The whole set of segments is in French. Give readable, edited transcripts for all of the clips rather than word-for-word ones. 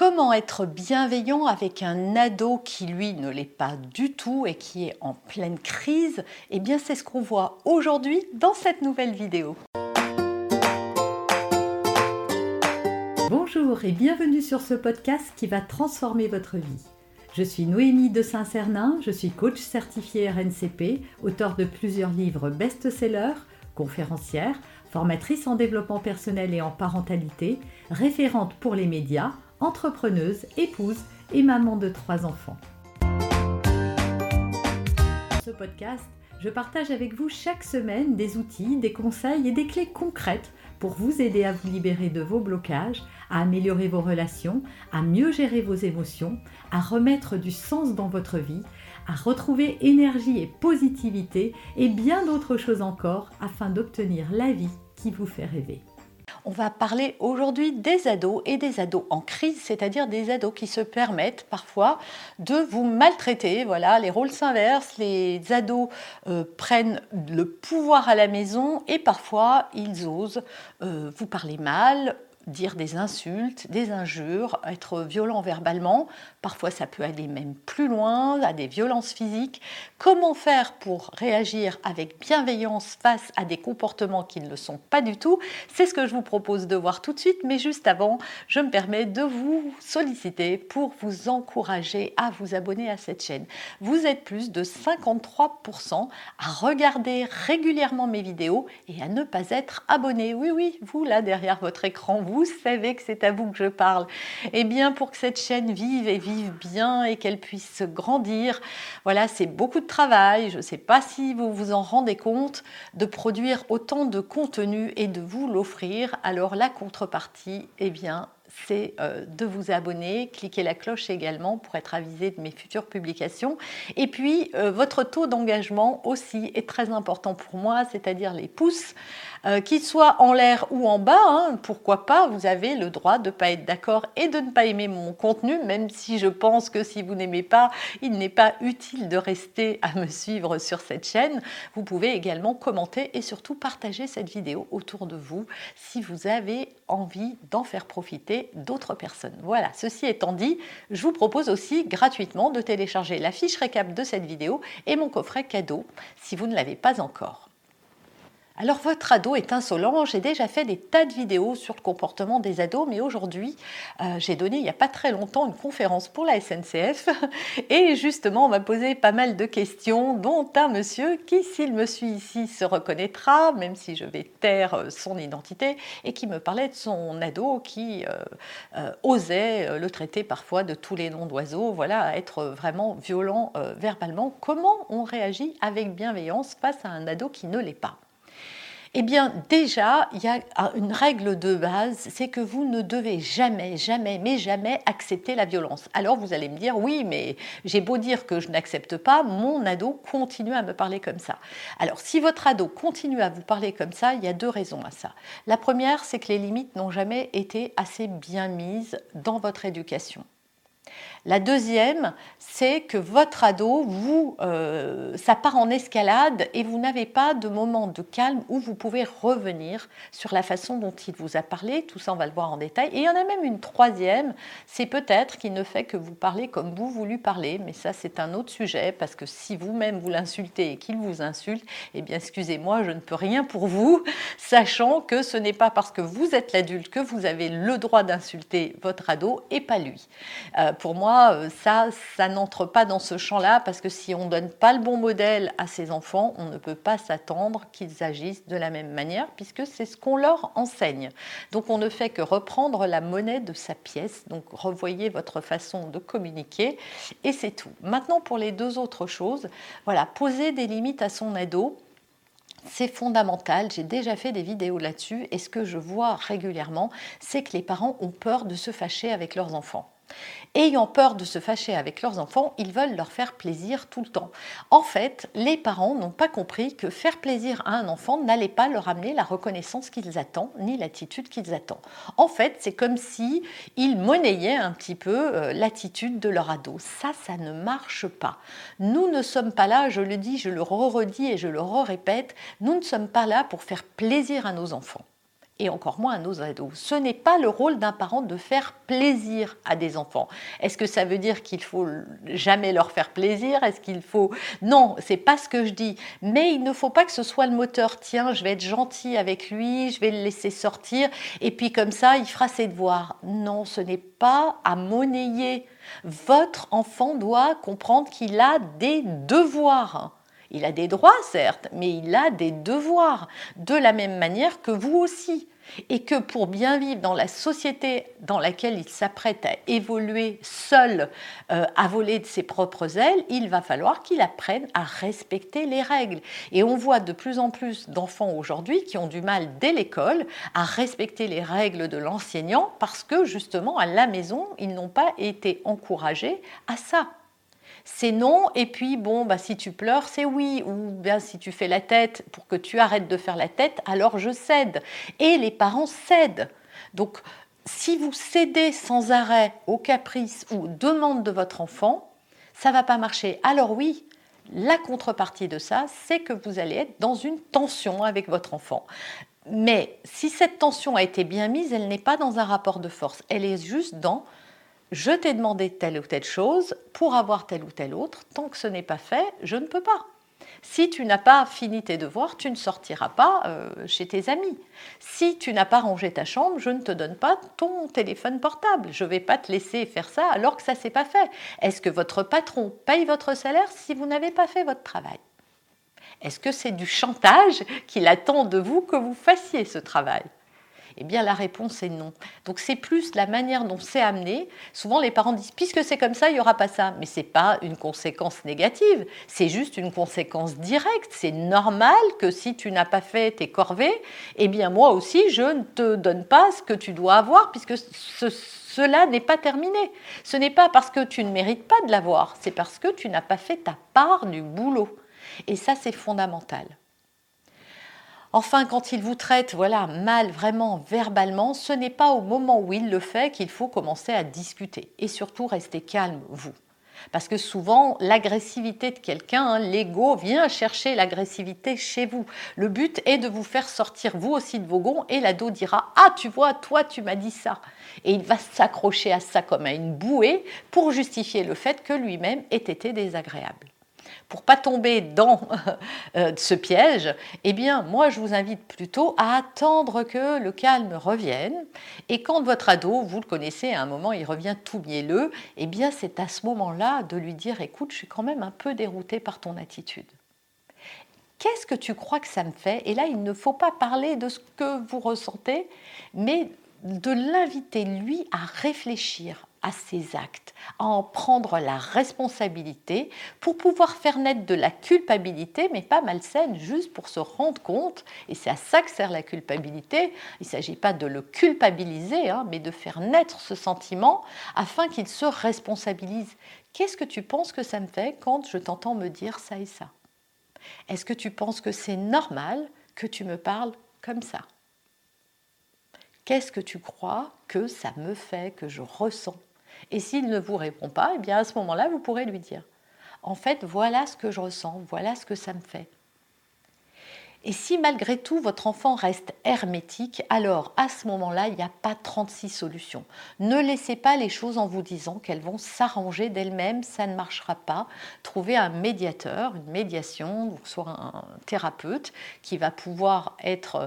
Comment être bienveillant avec un ado qui, lui, ne l'est pas du tout et qui est en pleine crise? Eh bien, c'est ce qu'on voit aujourd'hui dans cette nouvelle vidéo. Bonjour et bienvenue sur ce podcast qui va transformer votre vie. Je suis Noémie de Saint-Cernin, je suis coach certifiée RNCP, auteure de plusieurs livres best-sellers, conférencière, formatrice en développement personnel et en parentalité, référente pour les médias, entrepreneuse, épouse et maman de 3 enfants. Dans ce podcast, je partage avec vous chaque semaine des outils, des conseils et des clés concrètes pour vous aider à vous libérer de vos blocages, à améliorer vos relations, à mieux gérer vos émotions, à remettre du sens dans votre vie, à retrouver énergie et positivité et bien d'autres choses encore afin d'obtenir la vie qui vous fait rêver. On va parler aujourd'hui des ados et des ados en crise, c'est-à-dire des ados qui se permettent parfois de vous maltraiter. Voilà, les rôles s'inversent, les ados prennent le pouvoir à la maison et parfois ils osent vous parler mal, dire des insultes, des injures, être violent verbalement. Parfois, ça peut aller même plus loin, à des violences physiques. Comment faire pour réagir avec bienveillance face à des comportements qui ne le sont pas du tout? C'est ce que je vous propose de voir tout de suite. Mais juste avant, je me permets de vous solliciter pour vous encourager à vous abonner à cette chaîne. Vous êtes plus de 53% à regarder régulièrement mes vidéos et à ne pas être abonné. Oui, vous là derrière votre écran, vous savez que c'est à vous que je parle. Eh bien, pour que cette chaîne vive et vive bien et qu'elle puisse grandir, voilà, c'est beaucoup de travail. Je ne sais pas si vous vous en rendez compte de produire autant de contenu et de vous l'offrir. Alors, la contrepartie, eh bien, c'est de vous abonner, cliquer la cloche également pour être avisé de mes futures publications. Et puis, votre taux d'engagement aussi est très important pour moi, c'est-à-dire les pouces, qu'ils soient en l'air ou en bas, pourquoi pas, vous avez le droit de ne pas être d'accord et de ne pas aimer mon contenu, même si je pense que si vous n'aimez pas, il n'est pas utile de rester à me suivre sur cette chaîne. Vous pouvez également commenter et surtout partager cette vidéo autour de vous si vous avez envie d'en faire profiter d'autres personnes. Voilà, ceci étant dit, je vous propose aussi gratuitement de télécharger la fiche récap de cette vidéo et mon coffret cadeau si vous ne l'avez pas encore. Alors votre ado est insolent, j'ai déjà fait des tas de vidéos sur le comportement des ados, mais aujourd'hui j'ai donné il n'y a pas très longtemps une conférence pour la SNCF et justement on m'a posé pas mal de questions, dont un monsieur qui, s'il me suit ici, se reconnaîtra, même si je vais taire son identité, et qui me parlait de son ado qui osait le traiter parfois de tous les noms d'oiseaux, voilà, être vraiment violent verbalement. Comment on réagit avec bienveillance face à un ado qui ne l'est pas? Eh bien, déjà, il y a une règle de base, c'est que vous ne devez jamais accepter la violence. Alors, vous allez me dire, oui, mais j'ai beau dire que je n'accepte pas, mon ado continue à me parler comme ça. Alors, si votre ado continue à vous parler comme ça, il y a 2 raisons à ça. La première, c'est que les limites n'ont jamais été assez bien mises dans votre éducation. La deuxième, c'est que votre ado, ça part en escalade et vous n'avez pas de moment de calme où vous pouvez revenir sur la façon dont il vous a parlé. Tout ça, on va le voir en détail. Et il y en a même une troisième, c'est peut-être qu'il ne fait que vous parler comme vous lui parlez. Mais ça, c'est un autre sujet parce que si vous-même vous l'insultez et qu'il vous insulte, eh bien, excusez-moi, je ne peux rien pour vous, sachant que ce n'est pas parce que vous êtes l'adulte que vous avez le droit d'insulter votre ado et pas lui. Pour moi, ça n'entre pas dans ce champ-là parce que si on ne donne pas le bon modèle à ses enfants, on ne peut pas s'attendre qu'ils agissent de la même manière puisque c'est ce qu'on leur enseigne. Donc on ne fait que reprendre la monnaie de sa pièce, donc revoyez votre façon de communiquer et c'est tout. Maintenant pour les 2 autres choses, voilà, poser des limites à son ado. C'est fondamental, j'ai déjà fait des vidéos là-dessus et ce que je vois régulièrement, c'est que les parents ont peur de se fâcher avec leurs enfants. Ayant peur de se fâcher avec leurs enfants, ils veulent leur faire plaisir tout le temps. En fait, les parents n'ont pas compris que faire plaisir à un enfant n'allait pas leur amener la reconnaissance qu'ils attendent, ni l'attitude qu'ils attendent. En fait, c'est comme si ils monnayaient un petit peu l'attitude de leur ado. Ça ne marche pas. Nous ne sommes pas là, je le dis, je le redis et je le répète, nous ne sommes pas là pour faire plaisir à nos enfants. et encore moins à nos ados. Ce n'est pas le rôle d'un parent de faire plaisir à des enfants. Est-ce que ça veut dire qu'il faut jamais leur faire plaisir? Est-ce qu'il faut... Non, c'est pas ce que je dis. Mais il ne faut pas que ce soit le moteur. Tiens, je vais être gentil avec lui, je vais le laisser sortir, et puis comme ça, il fera ses devoirs. Non, ce n'est pas à monnayer. Votre enfant doit comprendre qu'il a des devoirs. Il a des droits, certes, mais il a des devoirs, de la même manière que vous aussi. Et que pour bien vivre dans la société dans laquelle il s'apprête à évoluer seul, à voler de ses propres ailes, il va falloir qu'il apprenne à respecter les règles. Et on voit de plus en plus d'enfants aujourd'hui qui ont du mal dès l'école à respecter les règles de l'enseignant parce que justement à la maison, ils n'ont pas été encouragés à ça. C'est non, et puis bon, si tu pleures, c'est oui, ou bien si tu fais la tête pour que tu arrêtes de faire la tête, alors je cède. Et les parents cèdent. Donc, si vous cédez sans arrêt aux caprices ou aux demandes de votre enfant, ça ne va pas marcher. Alors oui, la contrepartie de ça, c'est que vous allez être dans une tension avec votre enfant. Mais si cette tension a été bien mise, elle n'est pas dans un rapport de force, elle est juste dans... Je t'ai demandé telle ou telle chose pour avoir telle ou telle autre. Tant que ce n'est pas fait, je ne peux pas. Si tu n'as pas fini tes devoirs, tu ne sortiras pas chez tes amis. Si tu n'as pas rangé ta chambre, je ne te donne pas ton téléphone portable. Je ne vais pas te laisser faire ça alors que ça ne s'est pas fait. Est-ce que votre patron paye votre salaire si vous n'avez pas fait votre travail? Est-ce que c'est du chantage qu'il attend de vous que vous fassiez ce travail? Eh bien, la réponse est non. Donc, c'est plus la manière dont c'est amené. Souvent, les parents disent, puisque c'est comme ça, il n'y aura pas ça. Mais ce n'est pas une conséquence négative, c'est juste une conséquence directe. C'est normal que si tu n'as pas fait tes corvées, eh bien, moi aussi, je ne te donne pas ce que tu dois avoir, puisque cela n'est pas terminé. Ce n'est pas parce que tu ne mérites pas de l'avoir, c'est parce que tu n'as pas fait ta part du boulot. Et ça, c'est fondamental. Enfin, quand il vous traite mal, vraiment verbalement, ce n'est pas au moment où il le fait qu'il faut commencer à discuter. Et surtout, restez calme, vous. Parce que souvent, l'agressivité de quelqu'un, l'ego vient chercher l'agressivité chez vous. Le but est de vous faire sortir vous aussi de vos gonds et l'ado dira « Ah, tu vois, toi, tu m'as dit ça ». Et il va s'accrocher à ça comme à une bouée pour justifier le fait que lui-même ait été désagréable. Pour ne pas tomber dans ce piège, eh bien, moi, je vous invite plutôt à attendre que le calme revienne. Et quand votre ado, vous le connaissez, à un moment, il revient tout mielleux, eh bien, c'est à ce moment-là de lui dire « Écoute, je suis quand même un peu déroutée par ton attitude. Qu'est-ce que tu crois que ça me fait ?» Et là, il ne faut pas parler de ce que vous ressentez, mais de l'inviter, lui, à réfléchir à ses actes, à en prendre la responsabilité pour pouvoir faire naître de la culpabilité, mais pas malsaine, juste pour se rendre compte, et c'est à ça que sert la culpabilité, il ne s'agit pas de le culpabiliser, mais de faire naître ce sentiment afin qu'il se responsabilise. Qu'est-ce que tu penses que ça me fait quand je t'entends me dire ça et ça? Est-ce que tu penses que c'est normal que tu me parles comme ça? Qu'est-ce que tu crois que ça me fait, que je ressens? Et s'il ne vous répond pas, eh bien à ce moment-là, vous pourrez lui dire « En fait, voilà ce que je ressens, voilà ce que ça me fait. » Et si malgré tout votre enfant reste hermétique, alors à ce moment-là, il n'y a pas 36 solutions. Ne laissez pas les choses en vous disant qu'elles vont s'arranger d'elles-mêmes, ça ne marchera pas. Trouvez un médiateur, une médiation, donc soit un thérapeute qui va pouvoir être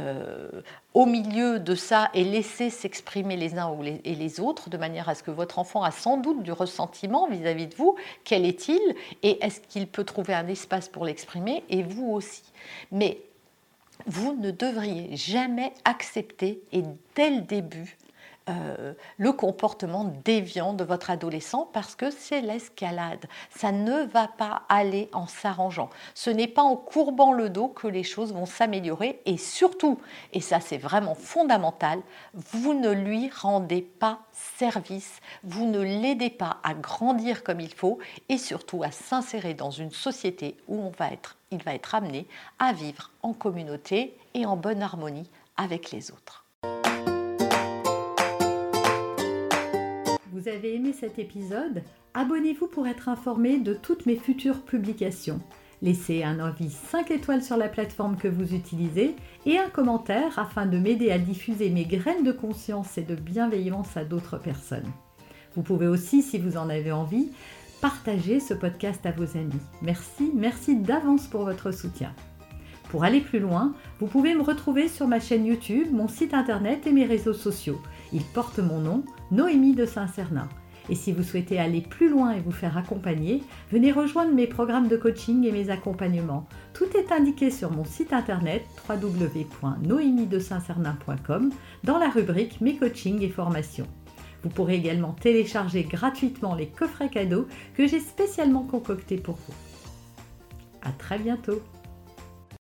au milieu de ça et laisser s'exprimer les uns et les autres, de manière à ce que votre enfant a sans doute du ressentiment vis-à-vis de vous. Quel est-il? Et est-ce qu'il peut trouver un espace pour l'exprimer? Et vous aussi. Mais vous ne devriez jamais accepter, et dès le début, le comportement déviant de votre adolescent parce que c'est l'escalade. Ça ne va pas aller en s'arrangeant. Ce n'est pas en courbant le dos que les choses vont s'améliorer et surtout, et ça c'est vraiment fondamental, vous ne lui rendez pas service, vous ne l'aidez pas à grandir comme il faut et surtout à s'insérer dans une société où il va être amené à vivre en communauté et en bonne harmonie avec les autres. Vous avez aimé cet épisode? Abonnez-vous pour être informé de toutes mes futures publications. Laissez un avis 5 étoiles sur la plateforme que vous utilisez et un commentaire afin de m'aider à diffuser mes graines de conscience et de bienveillance à d'autres personnes. Vous pouvez aussi, si vous en avez envie, partager ce podcast à vos amis. Merci d'avance pour votre soutien. Pour aller plus loin, vous pouvez me retrouver sur ma chaîne YouTube, mon site internet et mes réseaux sociaux. Ils portent mon nom, Noémie de Saint-Cernin. Et si vous souhaitez aller plus loin et vous faire accompagner, venez rejoindre mes programmes de coaching et mes accompagnements. Tout est indiqué sur mon site internet www.noemiedesaintcernin.com dans la rubrique Mes coachings et formations. Vous pourrez également télécharger gratuitement les coffrets cadeaux que j'ai spécialement concoctés pour vous. À très bientôt!